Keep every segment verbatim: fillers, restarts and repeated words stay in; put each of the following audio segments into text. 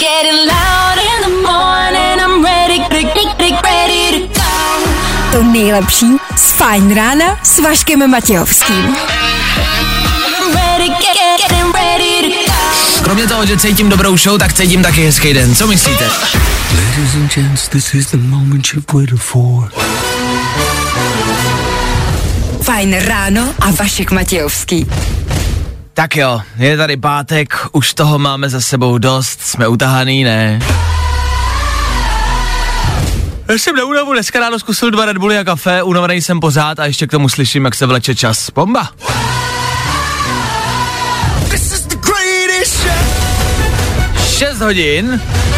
To nejlepší z Fajn rána s Vaškem Matějovským. Kromě toho, že cítím dobrou show, tak cítím taky hezký den. Co myslíte? Ladies and gents, this is the moment you've waited for. Fajn ráno a Vašek Matějovský. Tak jo, je tady pátek, už toho máme za sebou dost, jsme utahaný, ne? Já jsem na únavu dneska ráno zkusil dva Red Bully a kafe, unavený jsem pořád a ještě k tomu slyším, jak se vleče čas. Bomba! šest hodin,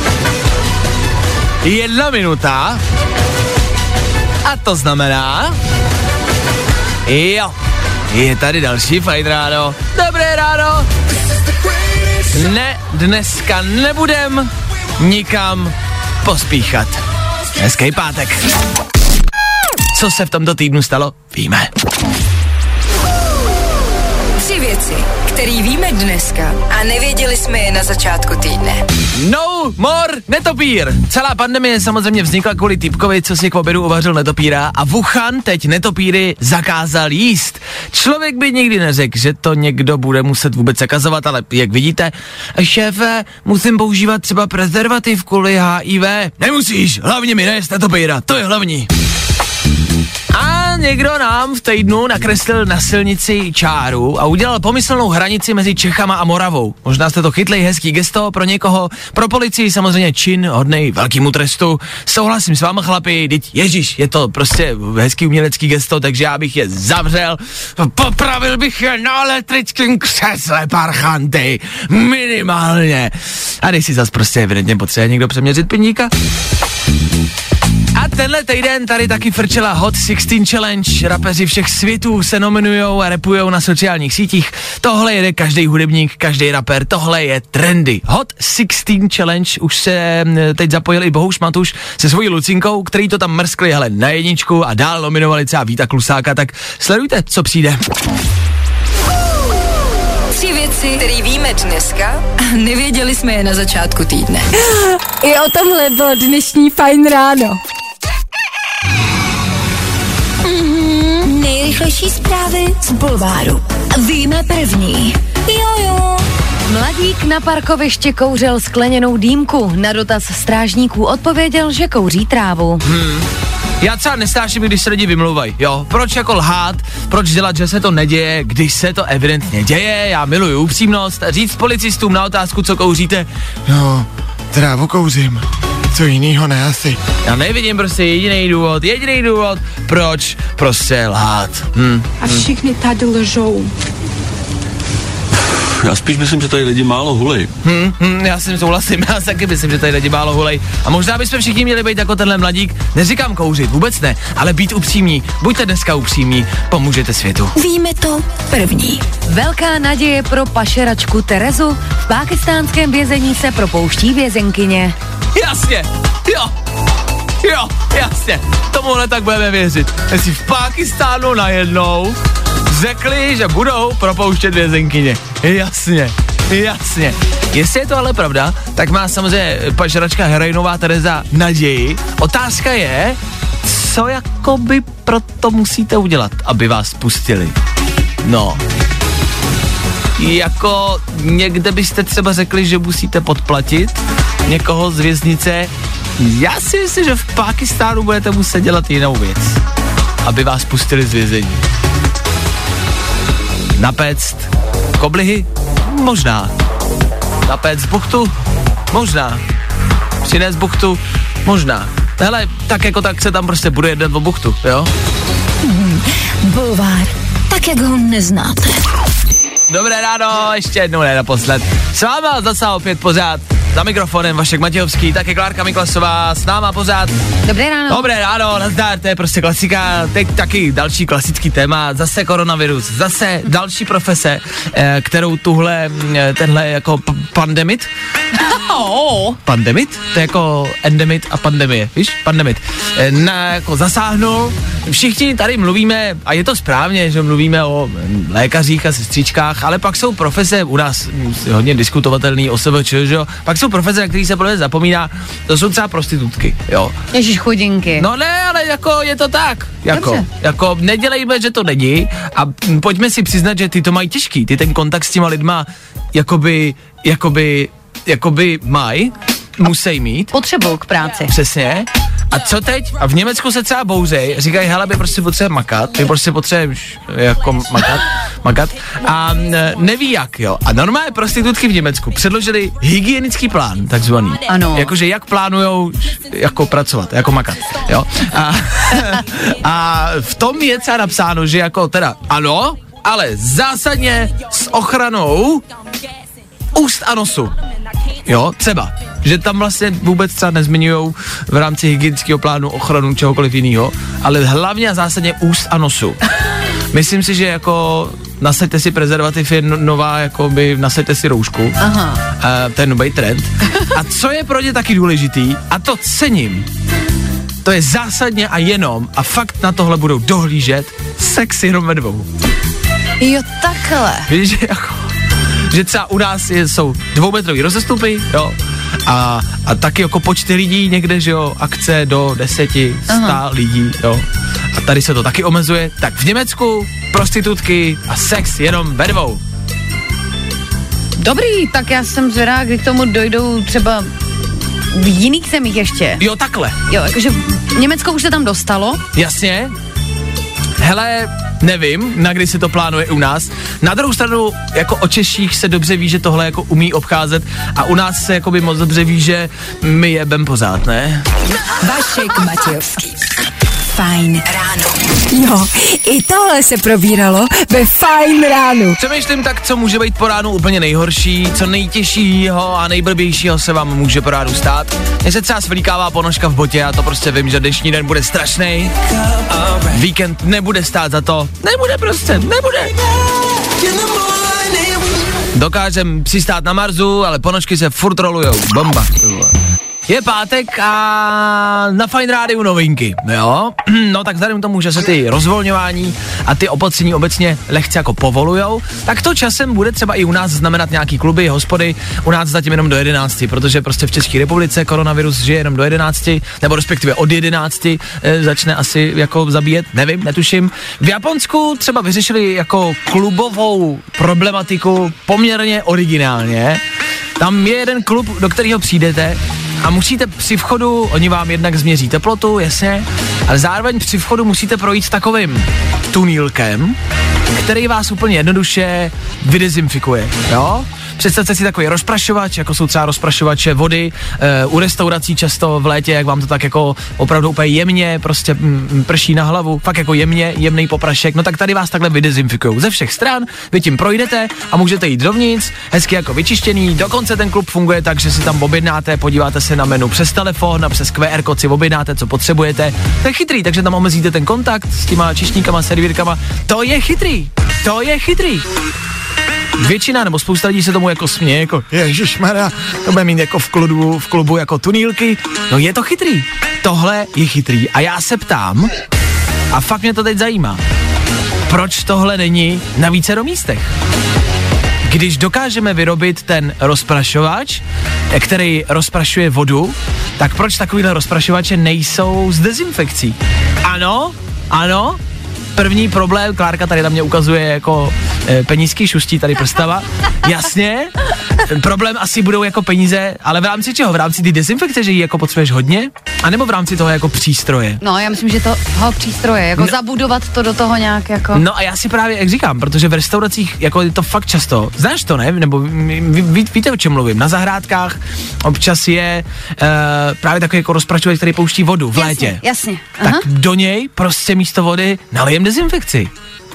jedna minuta a to znamená, jo, je tady další Fajn ráno. Dobré ráno! Ne, dneska nebudem nikam pospíchat. Hezký pátek. Co se v tomto týdnu stalo, víme. Tři věci, které víme dneska a nevěděli jsme je na začátku týdne. No more netopír. Celá pandemie samozřejmě vznikla kvůli týpkovi, co si k obědu uvařil netopíra a Wuhan teď netopíry zakázal jíst. Člověk by nikdy neřekl, že to někdo bude muset vůbec zakazovat, ale jak vidíte, šéfe, musím používat třeba prezervativ kvůli H I V. Nemusíš, hlavně mi nejist netopíra, to je hlavní. A někdo nám v týdnu nakreslil na silnici čáru a udělal pomyslnou hranici mezi Čechama a Moravou. Možná jste to chytli, hezký gesto pro někoho, pro policii samozřejmě čin hodnej velkýmu trestu. Souhlasím s váma chlapi, teď ježiš, je to prostě hezký umělecký gesto, takže já bych je zavřel, popravil bych je na elektrickém křesle parchanty, minimálně. A když si zas prostě evidentně potřebuje někdo přeměřit pindíka. A tenhle týden tady taky frčela Hot šestnáct Challenge, rapeři všech světů se nominujou a rapujou na sociálních sítích. Tohle jede každý hudebník, každý rapper, tohle je trendy. Hot šestnáct Challenge, už se teď zapojil i Bohuš Matuš se svojí Lucinkou, který to tam mrskli hele na jedničku a dál nominovali třeba Víta Klusáka, tak sledujte, co přijde. Tři věci, které víme dneska a nevěděli jsme je na začátku týdne. I o tomhle bylo dnešní Fajn ráno. Mm-hmm. Nejrychlejší zprávy z bulváru. Víme první. Jojo. Mladík na parkovišti kouřil skleněnou dýmku. Na dotaz strážníků odpověděl, že kouří trávu. Hmm. Já třeba nestáším, když se lidi vymlouvají, jo. Proč jako lhát, proč dělat, že se to neděje, když se to evidentně děje, já miluju upřímnost a říct policistům na otázku, co kouříte, no, trávu kouřím, co jinýho ne asi. Já nevidím prostě jediný důvod, jediný důvod, proč prostě lhát. Hm. A všichni tady lžou. Já spíš myslím, že tady lidi málo hulej. Hmm, hmm, já si souhlasím, já taky myslím, že tady lidi málo hulej. A možná bychom všichni měli být jako tenhle mladík. Neříkám kouřit, vůbec ne, ale být upřímní. Buďte dneska upřímní, pomůžete světu. Víme to první. Velká naděje pro pašeračku Terezu. V pákistánském vězení se propouští vězenkyně. Jasně, jo, jo, jasně. Tomuhle tak budeme věřit. Jestli v Pákistánu najednou řekli, že budou propouštět vězenkyně. Jasně, jasně. Jestli je to ale pravda, tak má samozřejmě pašeračka heroinová Tereza naději. Otázka je, co jakoby proto musíte udělat, aby vás pustili. No. Jako někde byste třeba řekli, že musíte podplatit někoho z věznice. Já si myslím, že v Pákistánu budete muset dělat jinou věc, aby vás pustili z vězení. Napéct koblihy? Možná. Napéct buchtu? Možná. Přinést buchtu? Možná. Hele, tak jako tak se tam prostě bude jednat o buchtu, jo? Hmm, bulvár, tak jak ho neznáte. Dobré ráno, ještě jednou ne naposled. S váma zase opět pořád za mikrofonem Vašek Matějovský, také Klárka Miklasová, s náma pořád. Dobré ráno. Dobré ráno, nazdar, to je prostě klasika, teď taky další klasický téma, zase koronavirus, zase další profese, eh, kterou tuhle, tenhle jako p- pandemit, oh. pandemit, to je jako endemit a pandemie, víš, pandemit, eh, na, jako zasáhnul, všichni tady mluvíme, a je to správně, že mluvíme o lékařích a sestřičkách, ale pak jsou profese u nás hodně diskutovatelný, O S V Č, že jo, pak pak jsou profese, na který se podle zapomíná, to jsou třeba prostitutky, jo. Ježiš, chudinky. No ne, ale jako je to tak, jako, Dobře. jako nedělejme, že to není a pojďme si přiznat, že ty to mají těžký, ty ten kontakt s těma lidma, jakoby, jakoby, jakoby mají, musí mít. Potřebují k práci. Přesně. A co teď? A v Německu se třeba bouzej, říkají, hele, my prostě potřebujeme makat, my prostě potřebujeme jako makat, makat a neví jak, jo. A normálně prostitutky v Německu předložili hygienický plán, takzvaný. Ano. Jakože jak plánujou jako pracovat, jako makat, jo. A, a v tom je třeba napsáno, že jako teda ano, ale zásadně s ochranou úst a nosu. Jo, třeba, že tam vlastně vůbec třeba nezmiňujou v rámci hygienického plánu ochranu čehokoliv jiného, ale hlavně a zásadně úst a nosu. Myslím si, že jako nasaďte si prezervativ je no, nová, jakoby nasaďte si roušku. Aha. A to je nový trend. A co je pro ně taky důležitý, a to cením, to je zásadně a jenom, a fakt na tohle budou dohlížet, sex jenom ve dvou. Jo, takhle. Víš, že jako, že třeba u nás je, jsou dvoumetrový rozestupy, jo, a, a taky jako počty lidí někde, že jo, akce do deseti, sta lidí, jo, a tady se to taky omezuje, tak v Německu prostitutky a sex jenom ve dvou. Dobrý, tak já jsem zvědá, kdy k tomu dojdou třeba v jiných zemích ještě. Jo, takhle. Jo, jakože Německo už se tam dostalo. Jasně. Hele, nevím, na kdy se to plánuje u nás. Na druhou stranu, jako o Češích se dobře ví, že tohle jako umí obcházet a u nás se jakoby moc dobře ví, že my jebem pořád, ne? Vašek Matějovský. Fajn ráno. Jo, i tohle se probíralo ve Fajn ránu. Přemýšlím tak, co může být po ránu úplně nejhorší, co nejtěžšího a nejblbějšího se vám může po ránu stát. Mně se třeba svlíkává ponožka v botě a to prostě vím, že dnešní den bude strašný. Víkend nebude stát za to. Nebude prostě, nebude. Dokážem přistát na Marsu, ale ponožky se furt rolujou. Bomba. Je pátek a na Fajn rádiu novinky, jo? No tak vzhledem k tomu, že se ty rozvolňování a ty opatření obecně lehce jako povolujou, tak to časem bude třeba i u nás znamenat nějaký kluby, hospody, u nás zatím jenom do jedenácti, protože prostě v České republice koronavirus žije jenom do jedenácti, nebo respektive od jedenácti e, začne asi jako zabíjet, nevím, netuším. V Japonsku třeba vyřešili jako klubovou problematiku poměrně originálně. Tam je jeden klub, do kterého přijdete a musíte při vchodu, oni vám jednak změří teplotu, jasně, ale zároveň při vchodu musíte projít takovým tunílkem, který vás úplně jednoduše vydezinfikuje, jo? Představte si takový rozprašovač, jako jsou třeba rozprašovače vody, e, u restaurací často v létě, jak vám to tak jako opravdu úplně jemně, prostě m, prší na hlavu, fakt jako jemně, jemný poprašek, no tak tady vás takhle vydezinfikujou ze všech stran, vy tím projdete a můžete jít dovnitř, hezky jako vyčištěný, dokonce ten klub funguje tak, že si tam objednáte, podíváte se na menu přes telefon a přes Q R kód si objednáte, co potřebujete, to je chytrý, takže tam omezíte ten kontakt s těma čištníkama, servírkama, to je chytrý, to je chytrý. Většina nebo spousta lidí se tomu jako směje, jako ježišmarja, to bude mít jako v klubu, v klubu jako tunílky. No je to chytrý. Tohle je chytrý. A já se ptám, a fakt mě to teď zajímá, proč tohle není na vícero místech? Když dokážeme vyrobit ten rozprašovač, který rozprašuje vodu, tak proč takovýhle rozprašovače nejsou s dezinfekcí? Ano, ano, první problém, Klárka tady na mě ukazuje jako e, penízky, šustí tady prstava, jasně, problém asi budou jako peníze, ale v rámci čeho? V rámci ty dezinfekce, že ji jako potřebuješ hodně? A nebo v rámci toho jako přístroje? No, já myslím, že to toho přístroje, jako no, zabudovat to do toho nějak jako. No a já si právě, jak říkám, protože v restauracích jako je to fakt často, znáš to, ne? Nebo ví, ví, víte, o čem mluvím? Na zahrádkách občas je e, právě takový jako rozprašovač, který pouští vodu v létě. Jasně, jasně. Aha. Tak do něj prostě místo vody nalijem dezinfekci.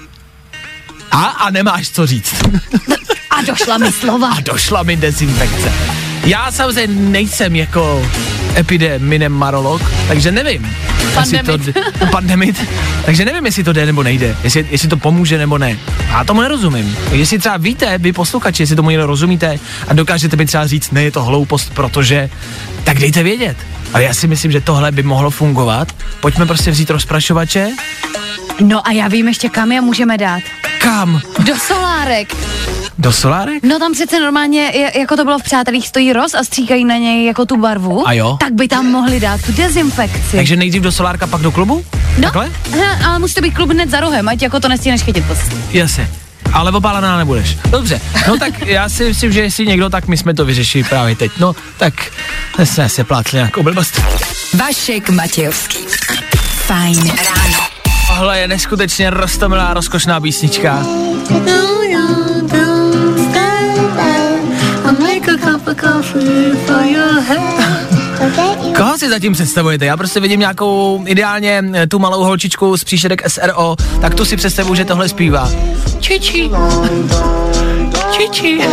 A, a nemáš co říct. A došla mi slova. A došla mi dezinfekce. Já samozřejmě nejsem jako epideminemarolog, takže nevím. Pandemit. To, pandemit. Takže nevím, jestli to jde nebo nejde. Jestli, jestli to pomůže nebo ne. A tomu nerozumím. Jestli třeba víte, vy posluchači, jestli tomu někdo rozumíte a dokážete mi třeba říct, ne, je to hloupost, protože, tak dejte vědět. Ale já si myslím, že tohle by mohlo fungovat. Pojďme prostě vzít rozprašovače. No a já vím ještě, kam je můžeme dát. Kam? Do solárek. Do solárek? No tam přece normálně, jako to bylo v Přátelích, stojí roz a stříkají na něj jako tu barvu. A jo? Tak by tam mohli dát tu dezinfekci. Takže nejdřív do solárka, pak do klubu? No, Takhle? Aha, ale musí to být klub hned za rohem, ať jako to nestihneš chytit prostě. Jasně. Ale opálená nebudeš. Dobře, no tak já si myslím, že jestli někdo, tak my jsme to vyřešili právě teď. No, tak jsme se plátli nějakou blbost. Vašek Matějovský. Fajn ráno. Tohle je neskutečně roztomilá, rozkošná písnička. Koho si zatím představujete? Já prostě vidím nějakou ideálně tu malou holčičku z příšerek S R O, tak tu si představuju, že tohle zpívá. Čiči. Čiči.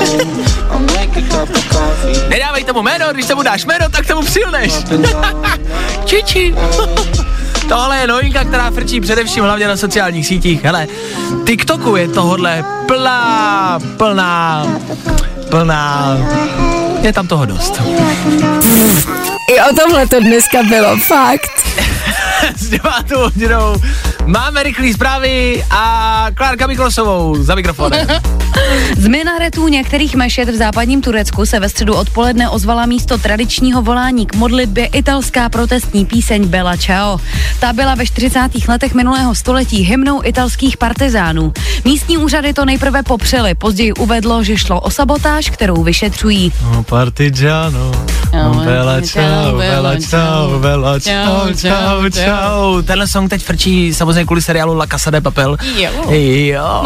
Nedávej tomu jméno, když tomu dáš jméno, tak tomu přilneš. Čiči. Tohle je novinka, která frčí především hlavně na sociálních sítích. Hele, TikToku je tohodle plná, plná, plná, je tam toho dost. I o tomhle to dneska bylo, fakt. S devátou hodinou máme rychlý zprávy a Klárka Miklosovou za mikrofonem. Z minaretů některých mešet v západním Turecku se ve středu odpoledne ozvala místo tradičního volání k modlitbě italská protestní píseň Bella Ciao. Ta byla ve čtyřicátých letech minulého století hymnou italských partizánů. Místní úřady to nejprve popřely, později uvedlo, že šlo o sabotáž, kterou vyšetřují. Oh, partigiano, oh, Bella Ciao, Bella Ciao, Bella Ciao, Ciao, Ciao. Tenhle song teď frčí samozřejmě kvůli seriálu La Casa de Papel. Jo. Jo.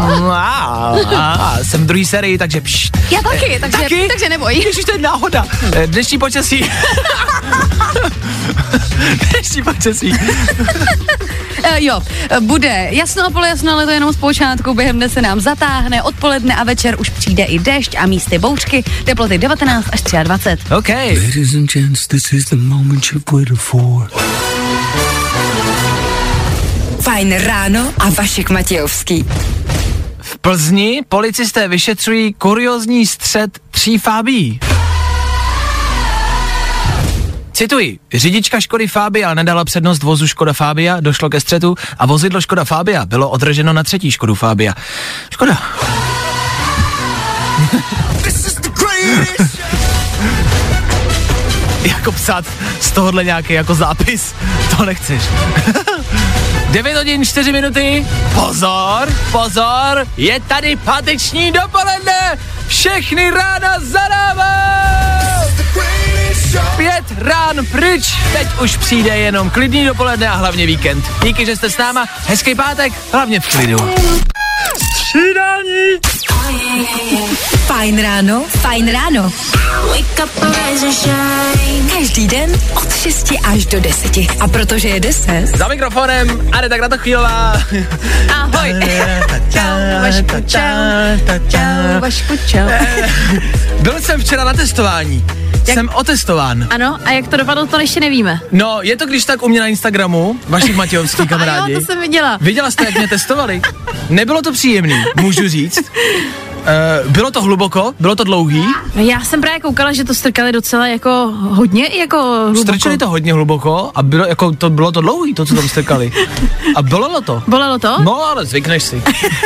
Jsem v druhé sérii, takže pšt. Já taky, takže, taky? takže neboj. Ježiš, to je náhoda. Dnešní počasí. Dnešní počasí. Uh, jo, bude jasno a polojasno, ale to jenom z počátku, během dne se nám zatáhne, odpoledne a večer už přijde i déšť a místy bouřky, teploty devatenáct až dvacet tři. OK. Ladies and gents, this is the moment you've waited for. Fajn ráno a Vašek Matějovský. V Plzni policisté vyšetřují kuriózní střet tří Fabií. Cituji, řidička Škody Fabia nedala přednost vozu Škoda Fabia, došlo ke střetu a vozidlo Škoda Fabia bylo održeno na třetí Škodu Fabia. Škoda. Jako psát z tohohle nějaký jako zápis, to nechceš. devět hodin čtyři minuty, pozor, pozor, je tady páteční dopoledne, všechny rána zadává. Pět rán pryč, teď už přijde jenom klidný dopoledne a hlavně víkend. Díky, že jste s náma, hezký pátek, hlavně v klidu. Střídání. Fajn ráno, fajn ráno. Každý den od šesti až do deseti. A protože je deset. Za mikrofonem Aneta Kratochvílová. Ahoj. Čau, Vašku, čau. Čau, Vašku, čau. Byl jsem včera na testování. Jak? Jsem otestován. Ano, a jak to dopadlo, to ještě nevíme. No, je to když tak u mě na Instagramu, Vašek Matějovský kamarádi. Ano, to jsem viděla. Viděla jste, jak mě testovali? Nebylo to příjemný, můžu říct. Uh, bylo to hluboko, bylo to dlouhý. No já jsem právě koukala, že to strkali docela jako hodně jako hluboko. Strčili to hodně hluboko a bylo, jako, to, bylo to dlouhý, to, co tam strkali. A bolelo to. Bolelo to? No, ale zvykneš si.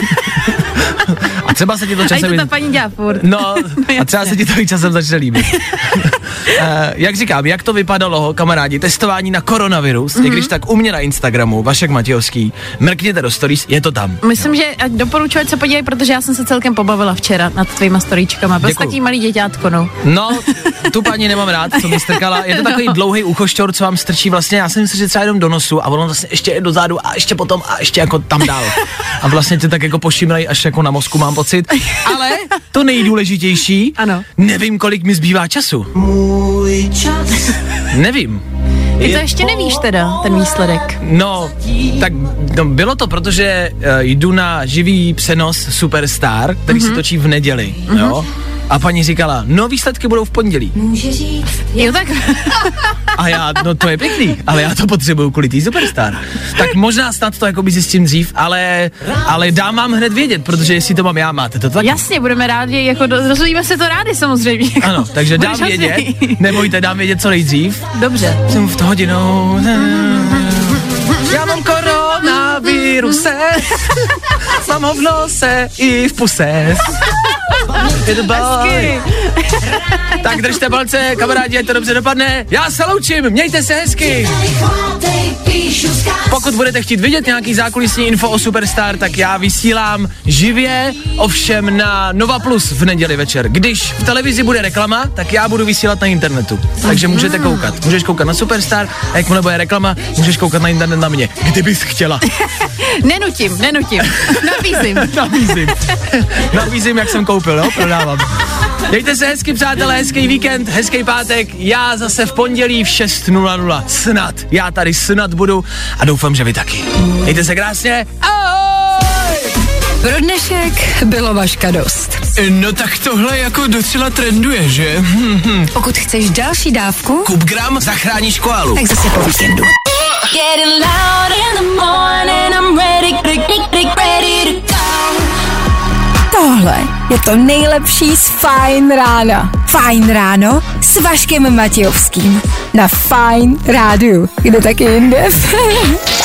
A třeba se ti to časem... A to ta paní dělá furt. No, a třeba se ti to i časem začne líbit. Uh, jak říkám, jak to vypadalo, kamarádi, testování na koronavirus, mm-hmm. i když tak u mě na Instagramu, Vašek Matějovský, mrkněte do stories, je to tam. Myslím, že doporučuji, ať se podívej, protože já jsem se celkem pobavila včera nad tvýma storíčkama. Byl jsi taký malý děťátko, no. No, tu paní nemám rád, co mi strkala. Je to takový dlouhý uchošťor, co vám strčí vlastně, já jsem myslel, že třeba jenom do nosu a ono vlastně ještě do zádu a ještě potom a ještě jako tam dál. A vlastně tě tak jako pošimrají až jako na mozku, mám pocit. Ale to nejdůležitější, ano. Nevím, kolik mi zbývá času. Můj čas. Nevím. Ty to ještě nevíš teda, ten výsledek. No, tak no, bylo to, protože uh, jdu na živý přenos Superstar, který mm-hmm. se točí v neděli, mm-hmm. jo. A paní říkala, no výsledky budou v pondělí. Může říct. Jo tak. A já, no to je pěkný, ale já to potřebuju kvůli tý Superstar. Tak možná snad to jakoby zjistím dřív, ale, ale dám vám hned vědět, protože jestli to mám já, máte to tak. Jasně, budeme rádi, jako dozvíme se to rádi samozřejmě. Ano, takže dám vědět, nebojte, dám vědět co nejdřív. Dobře. Jsem v to hodinou. Já mám koronaviruse, mám ho v nose i v puse. Je to boj. Tak držte palce, kamarádi, ať to dobře dopadne. Já se loučím, mějte se hezky. Pokud budete chtít vidět nějaký zákulisní info o Superstar, tak já vysílám živě, ovšem na Nova Plus v neděli večer. Když v televizi bude reklama, tak já budu vysílat na internetu. Takže můžete koukat. Můžeš koukat na Superstar, a jakmile bude reklama, můžeš koukat na internet na mě. Kdybys chtěla. Nenutím, nenutím. Nabízím. Nabízím. Nabízím, jak jsem koupil, no, prodávám. Dejte se hezky, přátelé, hezký víkend, hezký pátek, já zase v pondělí v šest nula nula. Snad, já tady snad budu a doufám, že vy taky. Dejte se krásně, ahoj! Pro dnešek bylo Vaška dost. No tak tohle jako docela trenduje, že? Pokud chceš další dávku, Kup gram, zachráníš koalu. tak zase po víkendu. Tohle je to nejlepší z Fajn rána. Fajn ráno s Vaškem Matějovským. Na Fajn rádiu. Kde taky jinde?